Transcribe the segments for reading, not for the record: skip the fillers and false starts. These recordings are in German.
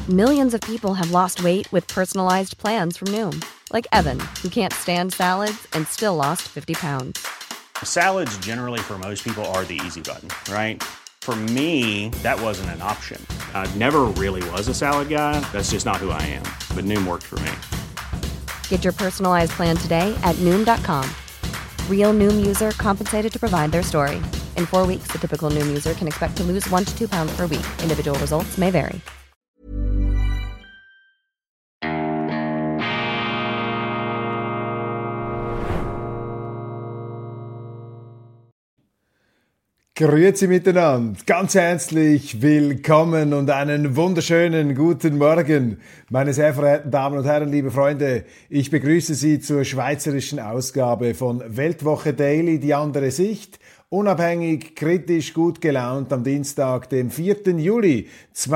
Millions of people have lost weight with personalized plans from Noom. Like Evan, who can't stand salads and still lost 50 pounds. Salads generally for most people are the easy button, right? For me, that wasn't an option. I never really was a salad guy. That's just not who I am. But Noom worked for me. Get your personalized plan today at Noom.com. Real Noom user compensated to provide their story. In 4 weeks, the typical Noom user can expect to lose 1 to 2 pounds per week. Individual results may vary. Grüezi miteinander, ganz herzlich willkommen und einen wunderschönen guten Morgen, meine sehr verehrten Damen und Herren, liebe Freunde. Ich begrüße Sie zur schweizerischen Ausgabe von Weltwoche Daily, die andere Sicht. Unabhängig, kritisch, gut gelaunt am Dienstag, dem 4. Juli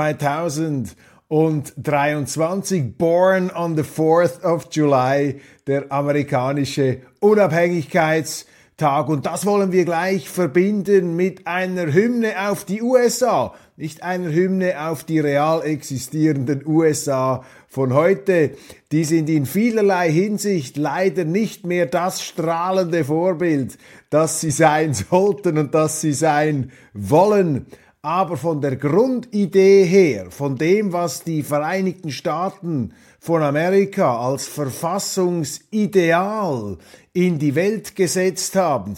2023. Born on the 4th of July, der amerikanische Unabhängigkeitstag. Und das wollen wir gleich verbinden mit einer Hymne auf die USA, nicht einer Hymne auf die real existierenden USA von heute. Die sind in vielerlei Hinsicht leider nicht mehr das strahlende Vorbild, das sie sein sollten und das sie sein wollen. Aber von der Grundidee her, von dem, was die Vereinigten Staaten von Amerika als Verfassungsideal in die Welt gesetzt haben,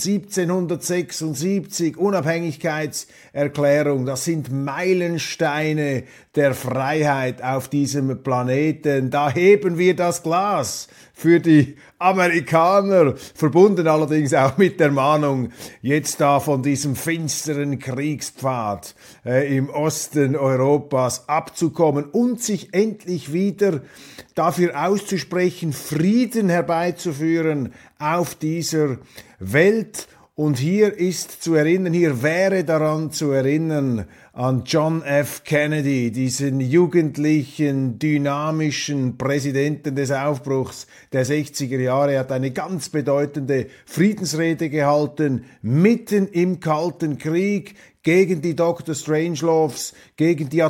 1776, Unabhängigkeitserklärung, das sind Meilensteine der Freiheit auf diesem Planeten. Da heben wir das Glas für die Amerikaner, verbunden allerdings auch mit der Mahnung, jetzt da von diesem finsteren Kriegspfad im Osten Europas abzukommen und sich endlich wieder dafür auszusprechen, Frieden herbeizuführen auf dieser Welt. Und hier ist zu erinnern, hier wäre daran zu erinnern an John F. Kennedy, diesen jugendlichen, dynamischen Präsidenten des Aufbruchs der 60er Jahre. Er hat eine ganz bedeutende Friedensrede gehalten, mitten im Kalten Krieg, gegen die Dr. Strangeloves, gegen die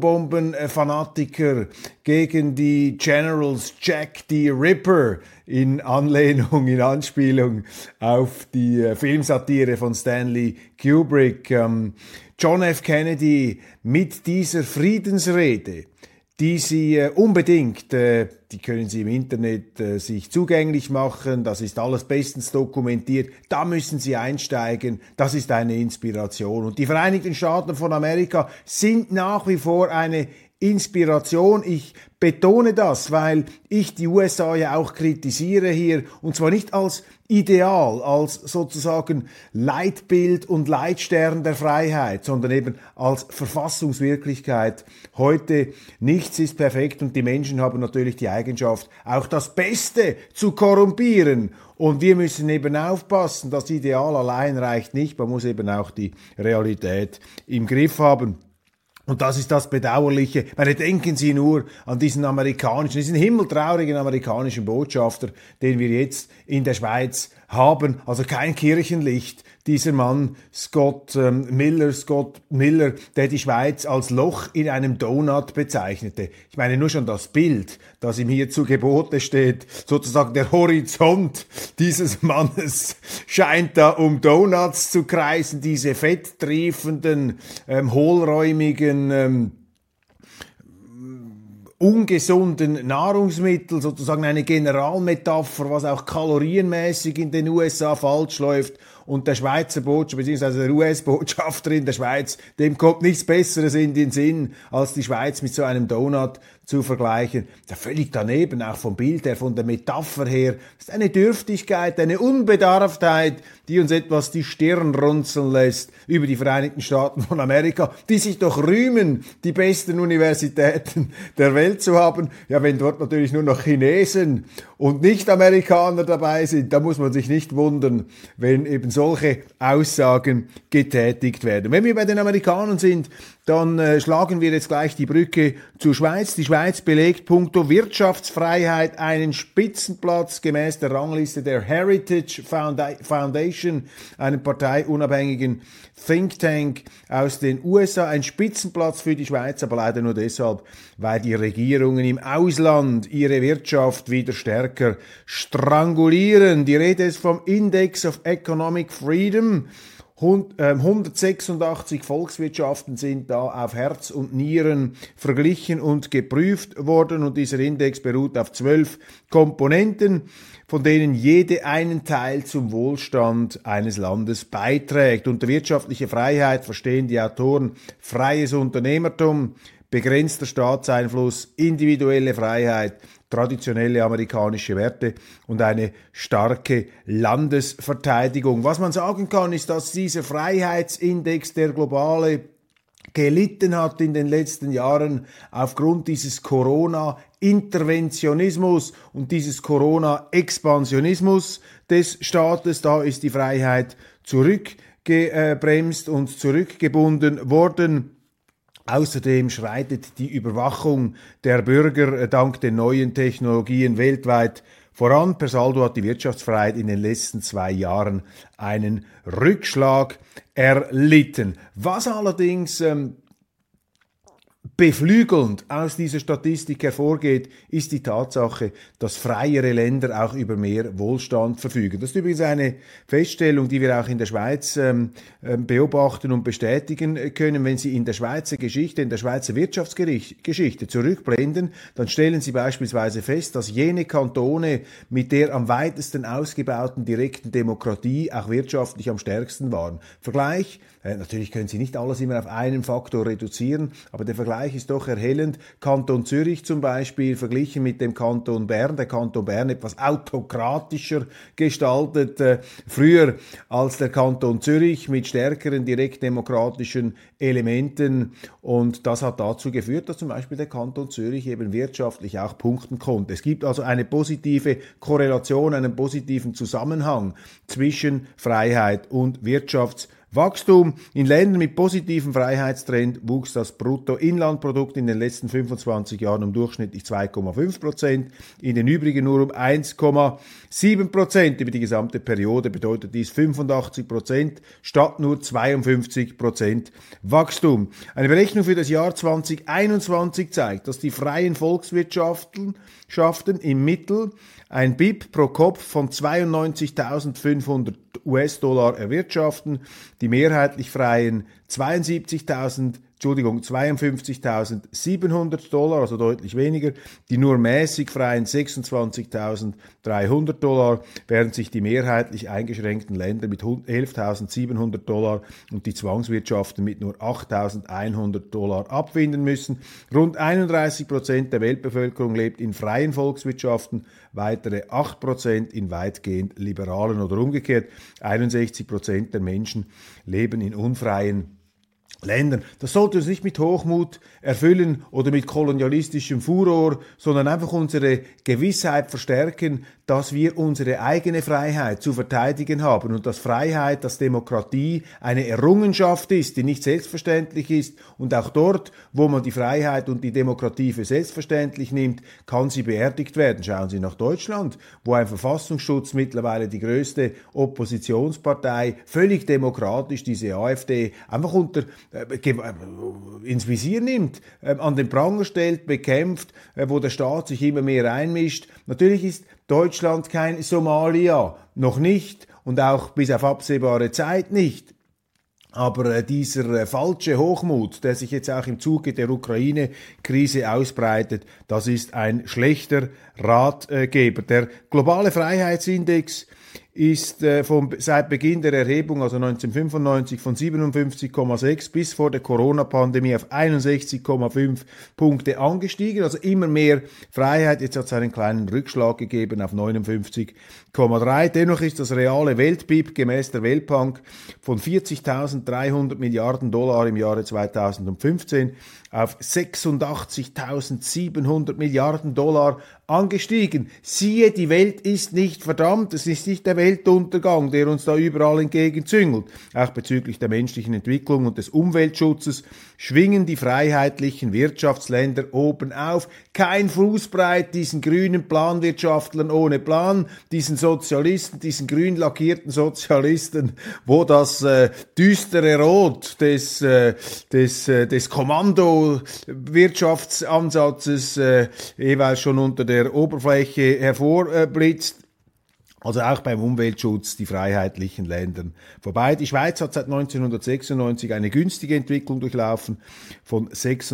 Atombombenfanatiker, gegen die Generals Jack the Ripper, in Anspielung auf die Filmsatire von Stanley Kubrick. John F. Kennedy mit dieser Friedensrede, die Sie unbedingt, die können Sie im Internet sich zugänglich machen, das ist alles bestens dokumentiert, da müssen Sie einsteigen, das ist eine Inspiration. Und die Vereinigten Staaten von Amerika sind nach wie vor eine Inspiration. Ich betone das, weil ich die USA ja auch kritisiere hier, und zwar nicht als Ideal, als sozusagen Leitbild und Leitstern der Freiheit, sondern eben als Verfassungswirklichkeit. Heute nichts ist perfekt und die Menschen haben natürlich die Eigenschaft, auch das Beste zu korrumpieren. Und wir müssen eben aufpassen, das Ideal allein reicht nicht, man muss eben auch die Realität im Griff haben. Und das ist das Bedauerliche. Denken Sie nur an diesen himmeltraurigen amerikanischen Botschafter, den wir jetzt in der Schweiz haben. Also kein Kirchenlicht. Dieser Mann, Scott Miller, der die Schweiz als Loch in einem Donut bezeichnete. Ich meine, nur schon das Bild, das ihm hier zu Gebote steht, sozusagen der Horizont dieses Mannes scheint da um Donuts zu kreisen, diese fetttriefenden, hohlräumigen, ungesunden Nahrungsmittel, sozusagen eine Generalmetapher, was auch kalorienmäßig in den USA falsch läuft. Und der Schweizer Botschafter, beziehungsweise der US-Botschafter in der Schweiz, dem kommt nichts Besseres in den Sinn, als die Schweiz mit so einem Donut zu vergleichen. Da völlig daneben, auch vom Bild her, von der Metapher her. Das ist eine Dürftigkeit, eine Unbedarftheit, die uns etwas die Stirn runzeln lässt über die Vereinigten Staaten von Amerika, die sich doch rühmen, die besten Universitäten der Welt zu haben. Ja, wenn dort natürlich nur noch Chinesen und Nicht-Amerikaner dabei sind, da muss man sich nicht wundern, wenn eben solche Aussagen getätigt werden. Wenn wir bei den Amerikanern sind, dann schlagen wir jetzt gleich die Brücke zur Schweiz. Die Schweiz belegt puncto Wirtschaftsfreiheit einen Spitzenplatz gemäß der Rangliste der Heritage Foundation, einem parteiunabhängigen Think Tank aus den USA. Ein Spitzenplatz für die Schweiz, aber leider nur deshalb, weil die Regierungen im Ausland ihre Wirtschaft wieder stärker strangulieren. Die Rede ist vom Index of Economic Freedom. 186 Volkswirtschaften sind da auf Herz und Nieren verglichen und geprüft worden, und dieser Index beruht auf 12 Komponenten, von denen jede einen Teil zum Wohlstand eines Landes beiträgt. Unter wirtschaftlicher Freiheit verstehen die Autoren freies Unternehmertum, begrenzter Staatseinfluss, individuelle Freiheit, traditionelle amerikanische Werte und eine starke Landesverteidigung. Was man sagen kann, ist, dass dieser Freiheitsindex, der globale, gelitten hat in den letzten Jahren aufgrund dieses Corona-Interventionismus und dieses Corona-Expansionismus des Staates. Da ist die Freiheit zurückgebremst und zurückgebunden worden. Außerdem schreitet die Überwachung der Bürger dank den neuen Technologien weltweit voran. Per Saldo hat die Wirtschaftsfreiheit in den letzten 2 Jahren einen Rückschlag erlitten. Was allerdings beflügelnd aus dieser Statistik hervorgeht, ist die Tatsache, dass freiere Länder auch über mehr Wohlstand verfügen. Das ist übrigens eine Feststellung, die wir auch in der Schweiz beobachten und bestätigen können. Wenn Sie in der Schweizer Geschichte, in der Schweizer Wirtschaftsgeschichte zurückblenden, dann stellen Sie beispielsweise fest, dass jene Kantone mit der am weitesten ausgebauten direkten Demokratie auch wirtschaftlich am stärksten waren. Vergleich, natürlich können Sie nicht alles immer auf einen Faktor reduzieren, aber der Vergleich ist doch erhellend. Kanton Zürich zum Beispiel verglichen mit dem Kanton Bern. Der Kanton Bern etwas autokratischer gestaltet, früher als der Kanton Zürich mit stärkeren direktdemokratischen Elementen. Und das hat dazu geführt, dass zum Beispiel der Kanton Zürich eben wirtschaftlich auch punkten konnte. Es gibt also eine positive Korrelation, einen positiven Zusammenhang zwischen Freiheit und Wirtschaftswachstum. In Ländern mit positivem Freiheitstrend wuchs das Bruttoinlandprodukt in den letzten 25 Jahren um durchschnittlich 2,5%, in den übrigen nur um 1,7%. Über die gesamte Periode bedeutet dies 85% statt nur 52% Wachstum. Eine Berechnung für das Jahr 2021 zeigt, dass die freien Volkswirtschaften im Mittel ein BIP pro Kopf von 92.500 US-Dollar erwirtschaften, die mehrheitlich freien 52.700 Dollar, also deutlich weniger, die nur mäßig freien 26.300 Dollar, während sich die mehrheitlich eingeschränkten Länder mit 11.700 Dollar und die Zwangswirtschaften mit nur 8.100 Dollar abfinden müssen. Rund 31% der Weltbevölkerung lebt in freien Volkswirtschaften, weitere 8% in weitgehend liberalen oder umgekehrt. 61% der Menschen leben in unfreien Ländern. Das sollte uns nicht mit Hochmut erfüllen oder mit kolonialistischem Furor, sondern einfach unsere Gewissheit verstärken, dass wir unsere eigene Freiheit zu verteidigen haben und dass Freiheit, dass Demokratie eine Errungenschaft ist, die nicht selbstverständlich ist, und auch dort, wo man die Freiheit und die Demokratie für selbstverständlich nimmt, kann sie beerdigt werden. Schauen Sie nach Deutschland, wo ein Verfassungsschutz mittlerweile die größte Oppositionspartei völlig demokratisch, diese AfD, einfach ins Visier nimmt, an den Pranger stellt, bekämpft, wo der Staat sich immer mehr einmischt. Natürlich ist Deutschland kein Somalia, noch nicht, und auch bis auf absehbare Zeit nicht. Aber dieser falsche Hochmut, der sich jetzt auch im Zuge der Ukraine-Krise ausbreitet, das ist ein schlechter Ratgeber. Der globale Freiheitsindex ist seit Beginn der Erhebung, also 1995, von 57,6 bis vor der Corona-Pandemie auf 61,5 Punkte angestiegen, also immer mehr Freiheit. Jetzt hat es einen kleinen Rückschlag gegeben auf 59,3. Dennoch ist das reale Welt-BIP gemäß der Weltbank von 40.300 Milliarden Dollar im Jahre 2015 auf 86.700 Milliarden Dollar angestiegen. Siehe, die Welt ist nicht verdammt, es ist nicht nicht der Weltuntergang, der uns da überall entgegenzüngelt. Auch bezüglich der menschlichen Entwicklung und des Umweltschutzes schwingen die freiheitlichen Wirtschaftsländer oben auf. Kein Fußbreit diesen grünen Planwirtschaftlern ohne Plan, diesen Sozialisten, diesen grün lackierten Sozialisten, wo das düstere Rot des Kommandowirtschaftsansatzes jeweils schon unter der Oberfläche hervorblitzt. Also auch beim Umweltschutz die freiheitlichen Ländern vorbei. Die Schweiz hat seit 1996 eine günstige Entwicklung durchlaufen von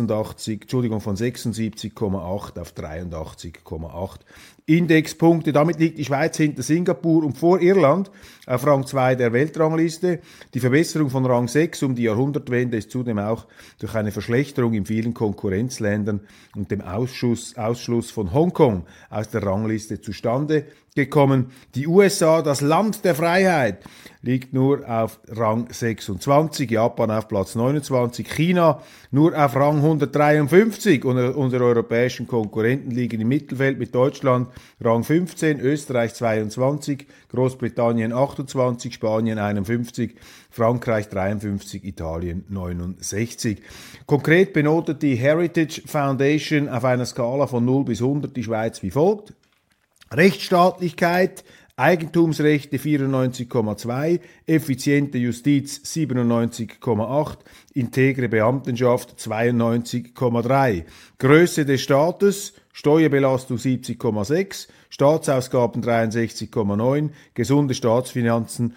76,8 auf 83,8 Indexpunkte. Damit liegt die Schweiz hinter Singapur und vor Irland auf Rang 2 der Weltrangliste. Die Verbesserung von Rang 6 um die Jahrhundertwende ist zudem auch durch eine Verschlechterung in vielen Konkurrenzländern und dem Ausschluss von Hongkong aus der Rangliste zustande gekommen. Die USA, das Land der Freiheit, liegt nur auf Rang 26, Japan auf Platz 29, China nur auf Rang 153 und unsere europäischen Konkurrenten liegen im Mittelfeld mit Deutschland Rang 15, Österreich 22, Großbritannien 28, Spanien 51, Frankreich 53, Italien 69. Konkret benotet die Heritage Foundation auf einer Skala von 0 bis 100 die Schweiz wie folgt: Rechtsstaatlichkeit, Eigentumsrechte 94,2, effiziente Justiz 97,8, integre Beamtenschaft 92,3, Größe des Staates, Steuerbelastung 70,6, Staatsausgaben 63,9, gesunde Staatsfinanzen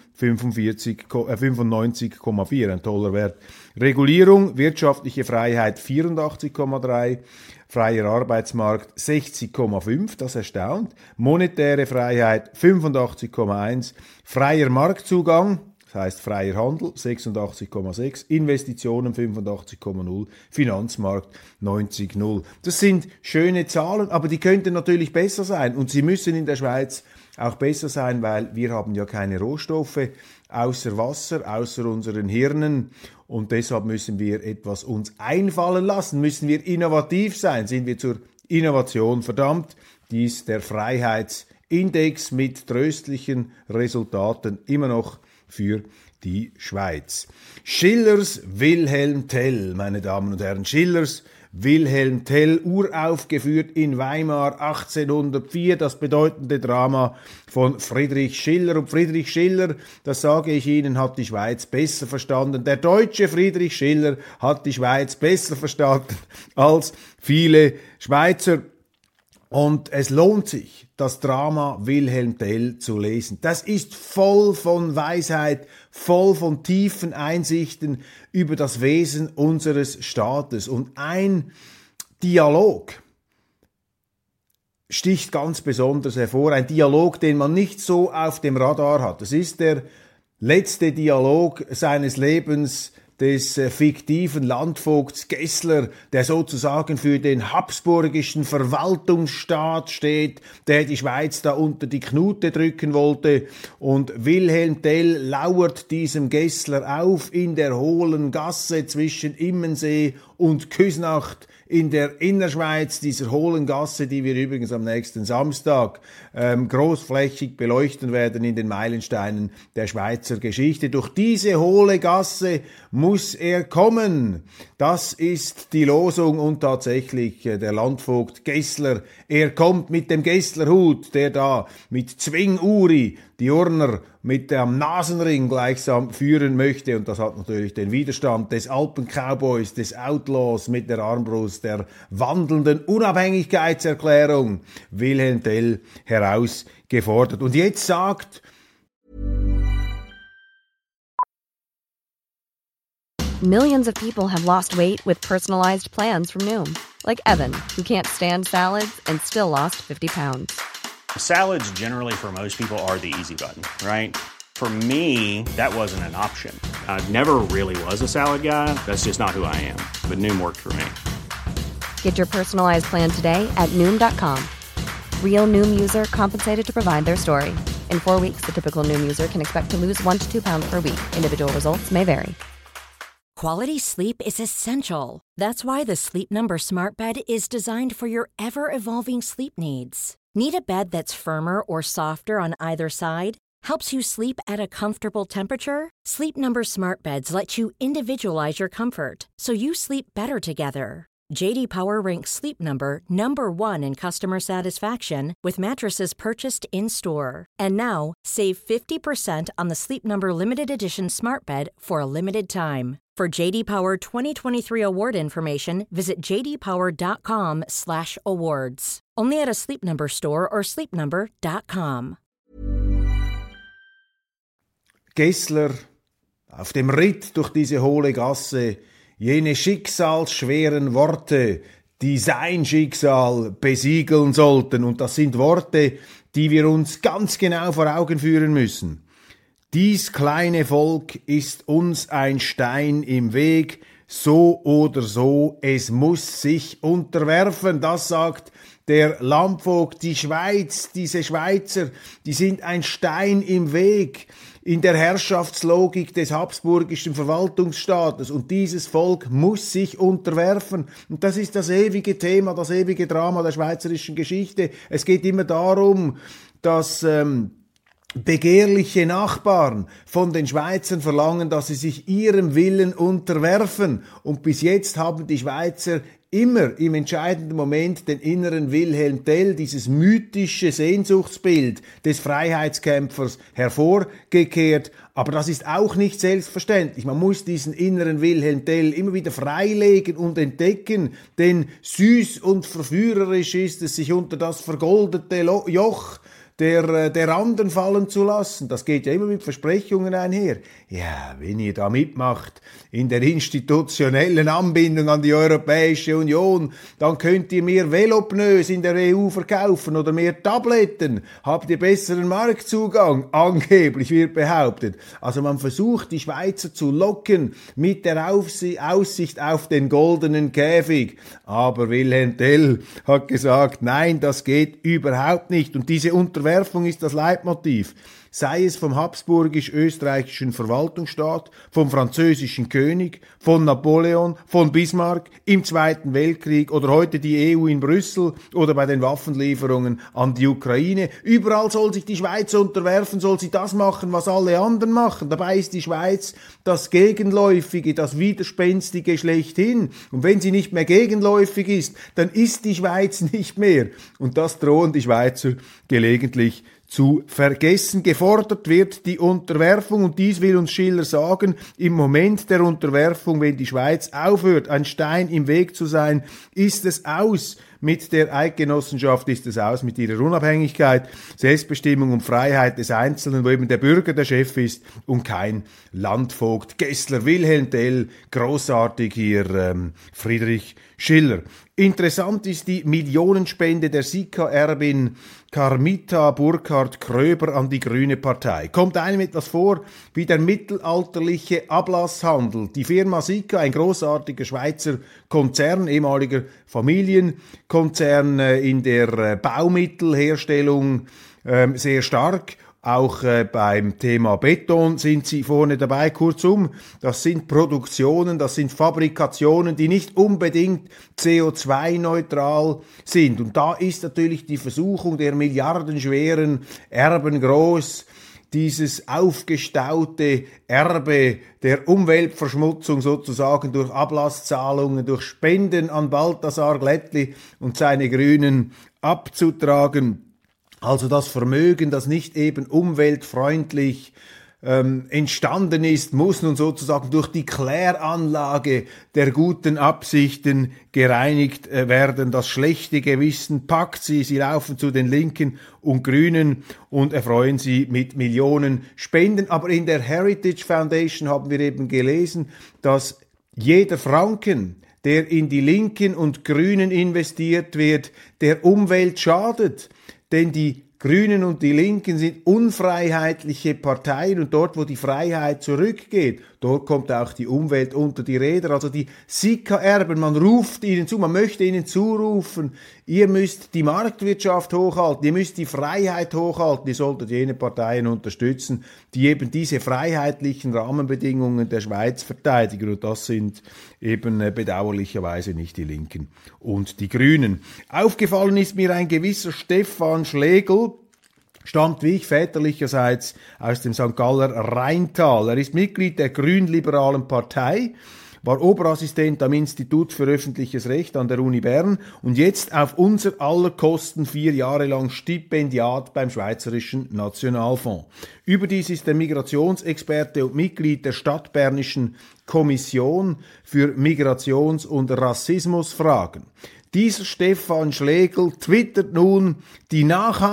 95,4, ein toller Wert. Regulierung, wirtschaftliche Freiheit 84,3, freier Arbeitsmarkt 60,5, das erstaunt, monetäre Freiheit 85,1, freier Marktzugang, das heißt freier Handel 86,6, Investitionen 85,0, Finanzmarkt 90,0. Das sind schöne Zahlen, aber die könnten natürlich besser sein und sie müssen in der Schweiz auch besser sein, weil wir haben ja keine Rohstoffe außer Wasser, außer unseren Hirnen, und deshalb müssen wir etwas uns einfallen lassen, müssen wir innovativ sein, sind wir zur Innovation verdammt. Dies der Freiheitsindex mit tröstlichen Resultaten immer noch für die Schweiz. Schillers Wilhelm Tell, meine Damen und Herren, Schillers Wilhelm Tell, uraufgeführt in Weimar 1804, das bedeutende Drama von Friedrich Schiller. Und Friedrich Schiller, das sage ich Ihnen, hat die Schweiz besser verstanden. Der deutsche Friedrich Schiller hat die Schweiz besser verstanden als viele Schweizer. Und es lohnt sich, das Drama Wilhelm Tell zu lesen. Das ist voll von Weisheit, voll von tiefen Einsichten über das Wesen unseres Staates. Und ein Dialog sticht ganz besonders hervor, ein Dialog, den man nicht so auf dem Radar hat. Das ist der letzte Dialog seines Lebens des fiktiven Landvogts Gessler, der sozusagen für den habsburgischen Verwaltungsstaat steht, der die Schweiz da unter die Knute drücken wollte. Und Wilhelm Tell lauert diesem Gessler auf in der hohlen Gasse zwischen Immensee und Küsnacht in der Innerschweiz, dieser hohlen Gasse, die wir übrigens am nächsten Samstag großflächig beleuchten werden in den Meilensteinen der Schweizer Geschichte. Durch diese hohle Gasse muss er kommen. Das ist die Losung, und tatsächlich der Landvogt Gessler, er kommt mit dem Gesslerhut, der da mit Zwinguri die Urner mit dem Nasenring gleichsam führen möchte, und das hat natürlich den Widerstand des Alpen-Cowboys, des Outlaws mit der Armbrust, der wandelnden Unabhängigkeitserklärung Wilhelm Tell herausgefordert. Und jetzt sagt Millions of people have lost weight with personalized plans from Noom. Like Evan, who can't stand salads and still lost 50 pounds. Salads generally for most people are the easy button, right? For me, that wasn't an option. I never really was a salad guy. That's just not who I am. But Noom worked for me. Get your personalized plan today at Noom.com. Real Noom user compensated to provide their story. In 4 weeks, the typical Noom user can expect to lose 1 to 2 pounds per week. Individual results may vary. Quality sleep is essential. That's why the Sleep Number Smart Bed is designed for your ever-evolving sleep needs. Need a bed that's firmer or softer on either side? helps you sleep at a comfortable temperature? Sleep Number Smart Beds let you individualize your comfort so you sleep better together. J.D. Power ranks Sleep Number number 1 in customer satisfaction with mattresses purchased in-store. And now, save 50% on the Sleep Number Limited Edition Smart Bed for a limited time. For J.D. Power 2023 award information, visit jdpower.com/awards. Only at a Sleep Number store or sleepnumber.com. Gessler auf dem Ritt durch diese hohle Gasse, jene schicksalsschweren Worte, die sein Schicksal besiegeln sollten. Und das sind Worte, die wir uns ganz genau vor Augen führen müssen. Dies kleine Volk ist uns ein Stein im Weg, so oder so, es muss sich unterwerfen. Das sagt der Landvogt. Die Schweiz, diese Schweizer, die sind ein Stein im Weg in der Herrschaftslogik des habsburgischen Verwaltungsstaates. Und dieses Volk muss sich unterwerfen. Und das ist das ewige Thema, das ewige Drama der schweizerischen Geschichte. Es geht immer darum, dass begehrliche Nachbarn von den Schweizern verlangen, dass sie sich ihrem Willen unterwerfen. Und bis jetzt haben die Schweizer immer im entscheidenden Moment den inneren Wilhelm Tell, dieses mythische Sehnsuchtsbild des Freiheitskämpfers, hervorgekehrt. Aber das ist auch nicht selbstverständlich. Man muss diesen inneren Wilhelm Tell immer wieder freilegen und entdecken, denn süß und verführerisch ist es, sich unter das vergoldete Joch der anderen fallen zu lassen. Das geht ja immer mit Versprechungen einher. Ja, wenn ihr da mitmacht in der institutionellen Anbindung an die Europäische Union, dann könnt ihr mehr Velopneus in der EU verkaufen oder mehr Tabletten, habt ihr besseren Marktzugang, angeblich wird behauptet. Also man versucht, die Schweizer zu locken mit der Aussicht auf den goldenen Käfig. Aber Wilhelm Tell hat gesagt, nein, das geht überhaupt nicht. Und diese Unterwerfung ist das Leitmotiv. Sei es vom habsburgisch-österreichischen Verwaltungsstaat, vom französischen König, von Napoleon, von Bismarck im Zweiten Weltkrieg oder heute die EU in Brüssel oder bei den Waffenlieferungen an die Ukraine. Überall soll sich die Schweiz unterwerfen, soll sie das machen, was alle anderen machen. Dabei ist die Schweiz das Gegenläufige, das Widerspenstige schlechthin. Und wenn sie nicht mehr gegenläufig ist, dann ist die Schweiz nicht mehr. Und das drohen die Schweizer gelegentlich zu vergessen. Gefordert wird die Unterwerfung, und dies will uns Schiller sagen, im Moment der Unterwerfung, wenn die Schweiz aufhört, ein Stein im Weg zu sein, ist es aus mit der Eidgenossenschaft, ist es aus mit ihrer Unabhängigkeit, Selbstbestimmung und Freiheit des Einzelnen, wo eben der Bürger der Chef ist und kein Landvogt. Gessler, Wilhelm Tell, großartig hier Friedrich Schiller. Interessant ist die Millionenspende der Sika-Erbin Carmita Burkhard Kröber an die Grüne Partei. Kommt einem etwas vor wie der mittelalterliche Ablasshandel. Die Firma Sika, ein großartiger Schweizer Konzern, ehemaliger Familienkonzern in der Baumittelherstellung, sehr stark. Auch beim Thema Beton sind sie vorne dabei. Kurzum, das sind Produktionen, das sind Fabrikationen, die nicht unbedingt CO2-neutral sind. Und da ist natürlich die Versuchung der milliardenschweren Erben groß, dieses aufgestaute Erbe der Umweltverschmutzung sozusagen durch Ablasszahlungen, durch Spenden an Balthasar Glättli und seine Grünen abzutragen. Also das Vermögen, das nicht eben umweltfreundlich entstanden ist, muss nun sozusagen durch die Kläranlage der guten Absichten gereinigt werden. Das schlechte Gewissen packt sie, sie laufen zu den Linken und Grünen und erfreuen sie mit Millionen Spenden. Aber in der Heritage Foundation haben wir eben gelesen, dass jeder Franken, der in die Linken und Grünen investiert wird, der Umwelt schadet. Denn die Grünen und die Linken sind unfreiheitliche Parteien, und dort, wo die Freiheit zurückgeht, dort kommt auch die Umwelt unter die Räder. Also die Sika-Erben, man ruft ihnen zu, man möchte ihnen zurufen, ihr müsst die Marktwirtschaft hochhalten, ihr müsst die Freiheit hochhalten, ihr solltet jene Parteien unterstützen, die eben diese freiheitlichen Rahmenbedingungen der Schweiz verteidigen, und das sind eben bedauerlicherweise nicht die Linken und die Grünen. Aufgefallen ist mir ein gewisser Stefan Schlegel, stammt wie ich väterlicherseits aus dem St. Galler Rheintal. Er ist Mitglied der Grünliberalen Partei, war Oberassistent am Institut für öffentliches Recht an der Uni Bern und jetzt auf unser aller Kosten 4 Jahre lang Stipendiat beim Schweizerischen Nationalfonds. Überdies ist er Migrationsexperte und Mitglied der Stadtbernischen Kommission für Migrations- und Rassismusfragen. Dieser Stefan Schlegel twittert nun, die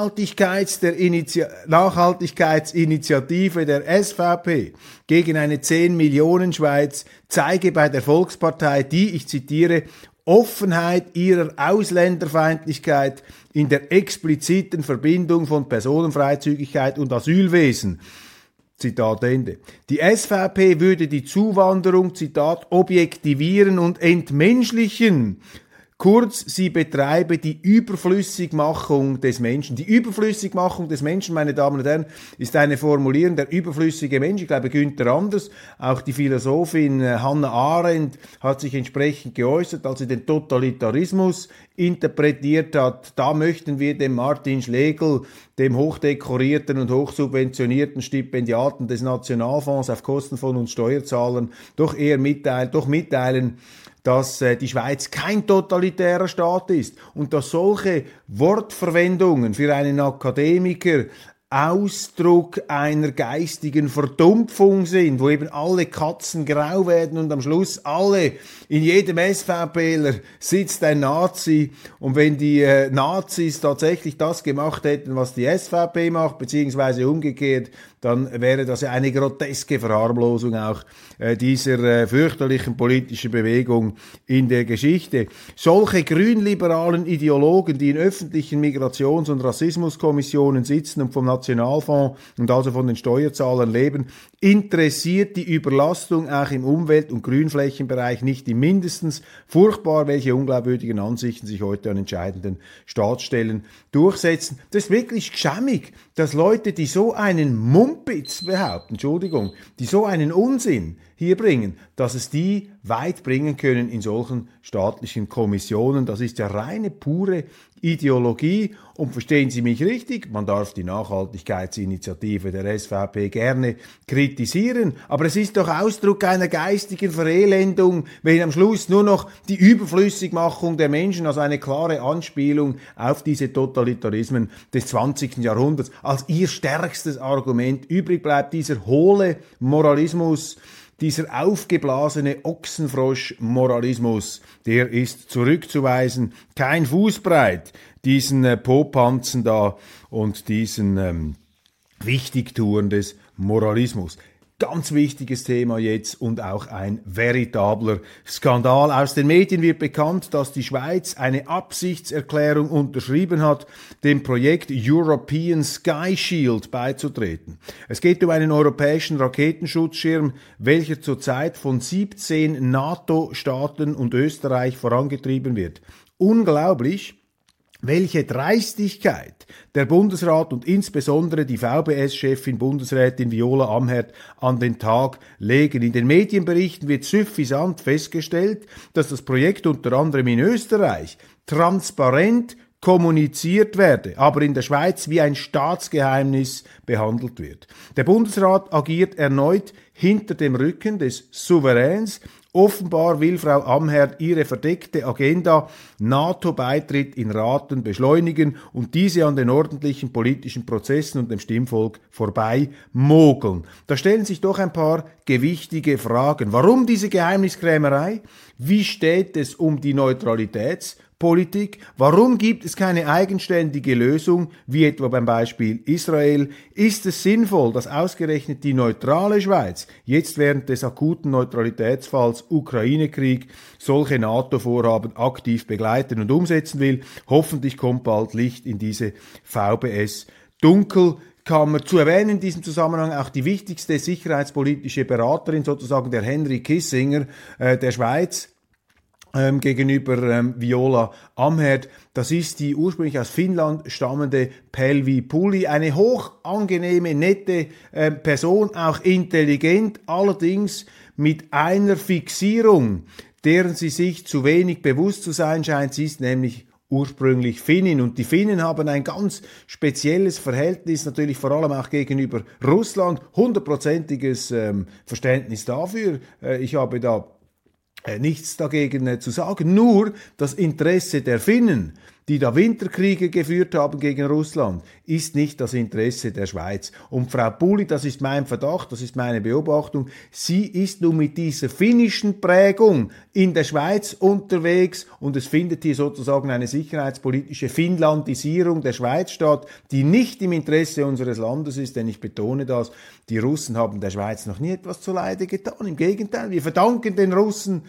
Nachhaltigkeitsinitiative der SVP gegen eine 10-Millionen-Schweiz zeige bei der Volkspartei die, ich zitiere, Offenheit ihrer Ausländerfeindlichkeit in der expliziten Verbindung von Personenfreizügigkeit und Asylwesen. Zitat Ende. Die SVP würde die Zuwanderung, Zitat, objektivieren und entmenschlichen. Kurz, sie betreibe die Überflüssigmachung des Menschen. Die Überflüssigmachung des Menschen, meine Damen und Herren, ist eine Formulierung, der überflüssige Mensch. Ich glaube, Günther Anders, auch die Philosophin Hannah Arendt hat sich entsprechend geäußert, als sie den Totalitarismus interpretiert hat. Da möchten wir dem Martin Schlegel, dem hochdekorierten und hochsubventionierten Stipendiaten des Nationalfonds auf Kosten von uns Steuerzahlern doch mitteilen, dass die Schweiz kein totalitärer Staat ist und dass solche Wortverwendungen für einen Akademiker Ausdruck einer geistigen Verdumpfung sind, wo eben alle Katzen grau werden und am Schluss in jedem SVPler sitzt ein Nazi, und wenn die Nazis tatsächlich das gemacht hätten, was die SVP macht, beziehungsweise umgekehrt, dann wäre das ja eine groteske Verharmlosung auch dieser fürchterlichen politischen Bewegung in der Geschichte. Solche grünliberalen Ideologen, die in öffentlichen Migrations- und Rassismuskommissionen sitzen und vom Nationalfonds und also von den Steuerzahlern leben, interessiert die Überlastung auch im Umwelt- und Grünflächenbereich nicht im Mindestens. Furchtbar, welche unglaubwürdigen Ansichten sich heute an entscheidenden Staatsstellen durchsetzen. Das ist wirklich geschämig, dass Leute, die so einen Mumpitz behaupten, die so einen Unsinn hier bringen, dass es die weit bringen können in solchen staatlichen Kommissionen. Das ist ja reine, pure Ideologie. Und verstehen Sie mich richtig, man darf die Nachhaltigkeitsinitiative der SVP gerne kritisieren, aber es ist doch Ausdruck einer geistigen Verelendung, wenn am Schluss nur noch die Überflüssigmachung der Menschen, also eine klare Anspielung auf diese Totalitarismen des 20. Jahrhunderts, als ihr stärkstes Argument übrig bleibt, dieser hohle Moralismus, dieser aufgeblasene Ochsenfrosch-Moralismus, der ist zurückzuweisen, kein Fußbreit, diesen Popanzen da und diesen Wichtigtouren des Moralismus. Ganz wichtiges Thema jetzt und auch ein veritabler Skandal. Aus den Medien wird bekannt, dass die Schweiz eine Absichtserklärung unterschrieben hat, dem Projekt European Sky Shield beizutreten. Es geht um einen europäischen Raketenschutzschirm, welcher zurzeit von 17 NATO-Staaten und Österreich vorangetrieben wird. Unglaublich, welche Dreistigkeit der Bundesrat und insbesondere die VBS-Chefin Bundesrätin Viola Amherd an den Tag legen. In den Medienberichten wird suffisant festgestellt, dass das Projekt unter anderem in Österreich transparent kommuniziert werde, aber in der Schweiz wie ein Staatsgeheimnis behandelt wird. Der Bundesrat agiert erneut hinter dem Rücken des Souveräns. Offenbar will Frau Amherd ihre verdeckte Agenda NATO-Beitritt in Raten beschleunigen und diese an den ordentlichen politischen Prozessen und dem Stimmvolk vorbei mogeln. Da stellen sich doch ein paar gewichtige Fragen. Warum diese Geheimniskrämerei? Wie steht es um die Neutralitätspolitik? Warum gibt es keine eigenständige Lösung, wie etwa beim Beispiel Israel? Ist es sinnvoll, dass ausgerechnet die neutrale Schweiz jetzt während des akuten Neutralitätsfalls Ukraine-Krieg solche NATO-Vorhaben aktiv begleiten und umsetzen will? Hoffentlich kommt bald Licht in diese VBS-Dunkelkammer. Zu erwähnen in diesem Zusammenhang auch die wichtigste sicherheitspolitische Beraterin, sozusagen der Henry Kissinger der Schweiz, gegenüber Viola Amherd. Das ist die ursprünglich aus Finnland stammende Pelvi Puli, eine hochangenehme, nette Person, auch intelligent, allerdings mit einer Fixierung, deren sie sich zu wenig bewusst zu sein scheint. Sie ist nämlich ursprünglich Finnin. Und die Finnen haben ein ganz spezielles Verhältnis, natürlich vor allem auch gegenüber Russland, 100%iges Verständnis dafür. Ich habe da nichts dagegen zu sagen, nur das Interesse der Finnen, die da Winterkriege geführt haben gegen Russland, ist nicht das Interesse der Schweiz. Und Frau Pulli, das ist mein Verdacht, das ist meine Beobachtung, sie ist nun mit dieser finnischen Prägung in der Schweiz unterwegs und es findet hier sozusagen eine sicherheitspolitische Finnlandisierung der Schweiz statt, die nicht im Interesse unseres Landes ist, denn ich betone das, die Russen haben der Schweiz noch nie etwas zuleide getan. Im Gegenteil, wir verdanken den Russen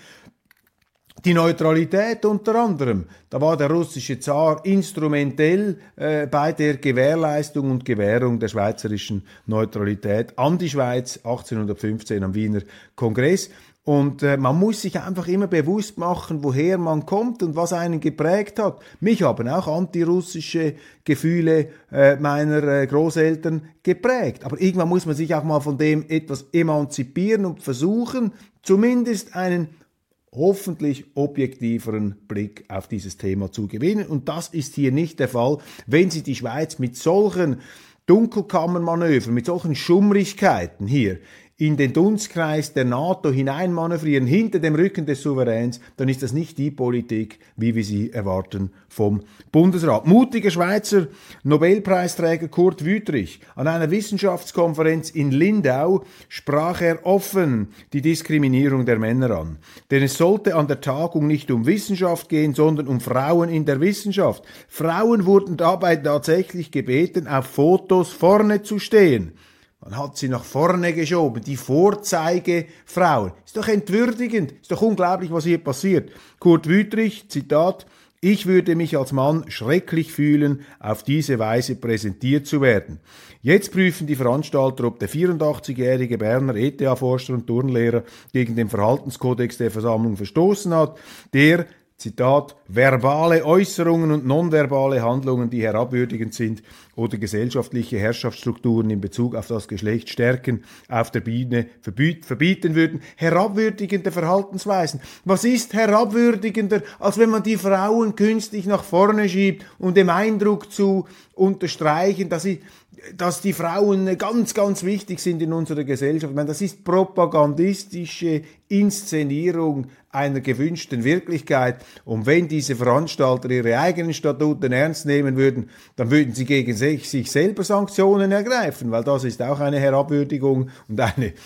die Neutralität unter anderem. Da war der russische Zar instrumentell bei der Gewährleistung und Gewährung der schweizerischen Neutralität an die Schweiz 1815 am Wiener Kongress. Und man muss sich einfach immer bewusst machen, woher man kommt und was einen geprägt hat. Mich haben auch antirussische Gefühle meiner Großeltern geprägt. Aber irgendwann muss man sich auch mal von dem etwas emanzipieren und versuchen, zumindest einen hoffentlich objektiveren Blick auf dieses Thema zu gewinnen. Und das ist hier nicht der Fall, wenn Sie die Schweiz mit solchen Dunkelkammermanövern, mit solchen Schummrigkeiten hier in den Dunstkreis der NATO hineinmanövrieren, hinter dem Rücken des Souveräns, dann ist das nicht die Politik, wie wir sie erwarten vom Bundesrat. Mutiger Schweizer Nobelpreisträger Kurt Wüthrich. An einer Wissenschaftskonferenz in Lindau sprach er offen die Diskriminierung der Männer an. Denn es sollte an der Tagung nicht um Wissenschaft gehen, sondern um Frauen in der Wissenschaft. Frauen wurden dabei tatsächlich gebeten, auf Fotos vorne zu stehen. Man hat sie nach vorne geschoben, die Vorzeigefrauen. Ist doch entwürdigend, ist doch unglaublich, was hier passiert. Kurt Wüthrich, Zitat, ich würde mich als Mann schrecklich fühlen, auf diese Weise präsentiert zu werden. Jetzt prüfen die Veranstalter, ob der 84-jährige Berner ETH-Forscher und Turnlehrer gegen den Verhaltenskodex der Versammlung verstoßen hat, der Zitat, verbale Äußerungen und nonverbale Handlungen, die herabwürdigend sind oder gesellschaftliche Herrschaftsstrukturen in Bezug auf das Geschlecht stärken, auf der Bühne verbieten würden. Herabwürdigende Verhaltensweisen. Was ist herabwürdigender, als wenn man die Frauen künstlich nach vorne schiebt, um dem Eindruck zu unterstreichen, dass die Frauen ganz, ganz wichtig sind in unserer Gesellschaft. Ich meine, das ist propagandistische Inszenierung einer gewünschten Wirklichkeit. Und wenn diese Veranstalter ihre eigenen Statuten ernst nehmen würden, dann würden sie gegen sich selber Sanktionen ergreifen, weil das ist auch eine Herabwürdigung und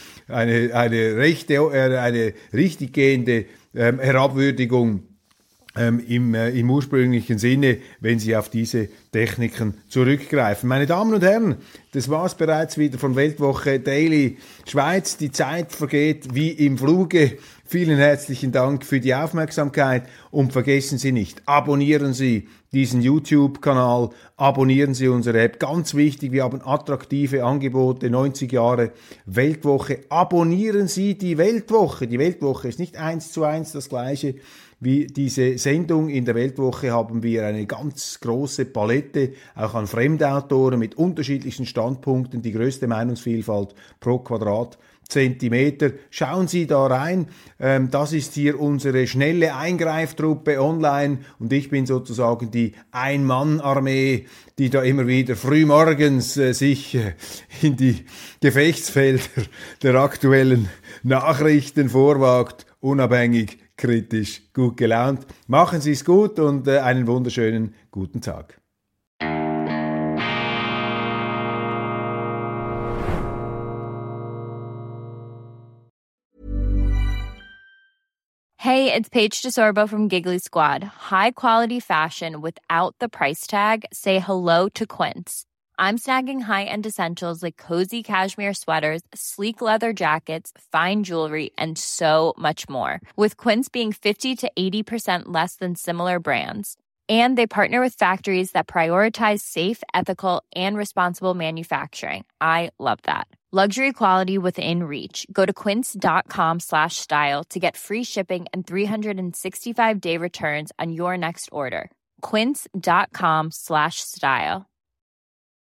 eine richtiggehende Herabwürdigung im ursprünglichen Sinne, wenn Sie auf diese Techniken zurückgreifen. Meine Damen und Herren, das war's bereits wieder von Weltwoche Daily Schweiz. Die Zeit vergeht wie im Fluge. Vielen herzlichen Dank für die Aufmerksamkeit und vergessen Sie nicht, abonnieren Sie diesen YouTube-Kanal, abonnieren Sie unsere App. Ganz wichtig, wir haben attraktive Angebote, 90 Jahre Weltwoche. Abonnieren Sie die Weltwoche. Die Weltwoche ist nicht 1:1 das Gleiche wie diese Sendung. In der Weltwoche haben wir eine ganz große Palette, auch an Fremdautoren mit unterschiedlichen Standpunkten, die größte Meinungsvielfalt pro Quadratzentimeter. Schauen Sie da rein. Das ist hier unsere schnelle Eingreiftruppe online und ich bin sozusagen die Ein-Mann-Armee, die da immer wieder frühmorgens sich in die Gefechtsfelder der aktuellen Nachrichten vorwagt, unabhängig, kritisch, gut gelaunt. Machen Sie es gut und einen wunderschönen guten Tag. Hey, it's Paige DeSorbo from Giggly Squad. High quality fashion without the price tag. Say hello to Quince. I'm snagging high-end essentials like cozy cashmere sweaters, sleek leather jackets, fine jewelry, and so much more. With Quince being 50 to 80% less than similar brands. And they partner with factories that prioritize safe, ethical, and responsible manufacturing. I love that. Luxury quality within reach. Go to quince.com/style to get free shipping and 365-day returns on your next order. Quince.com/style.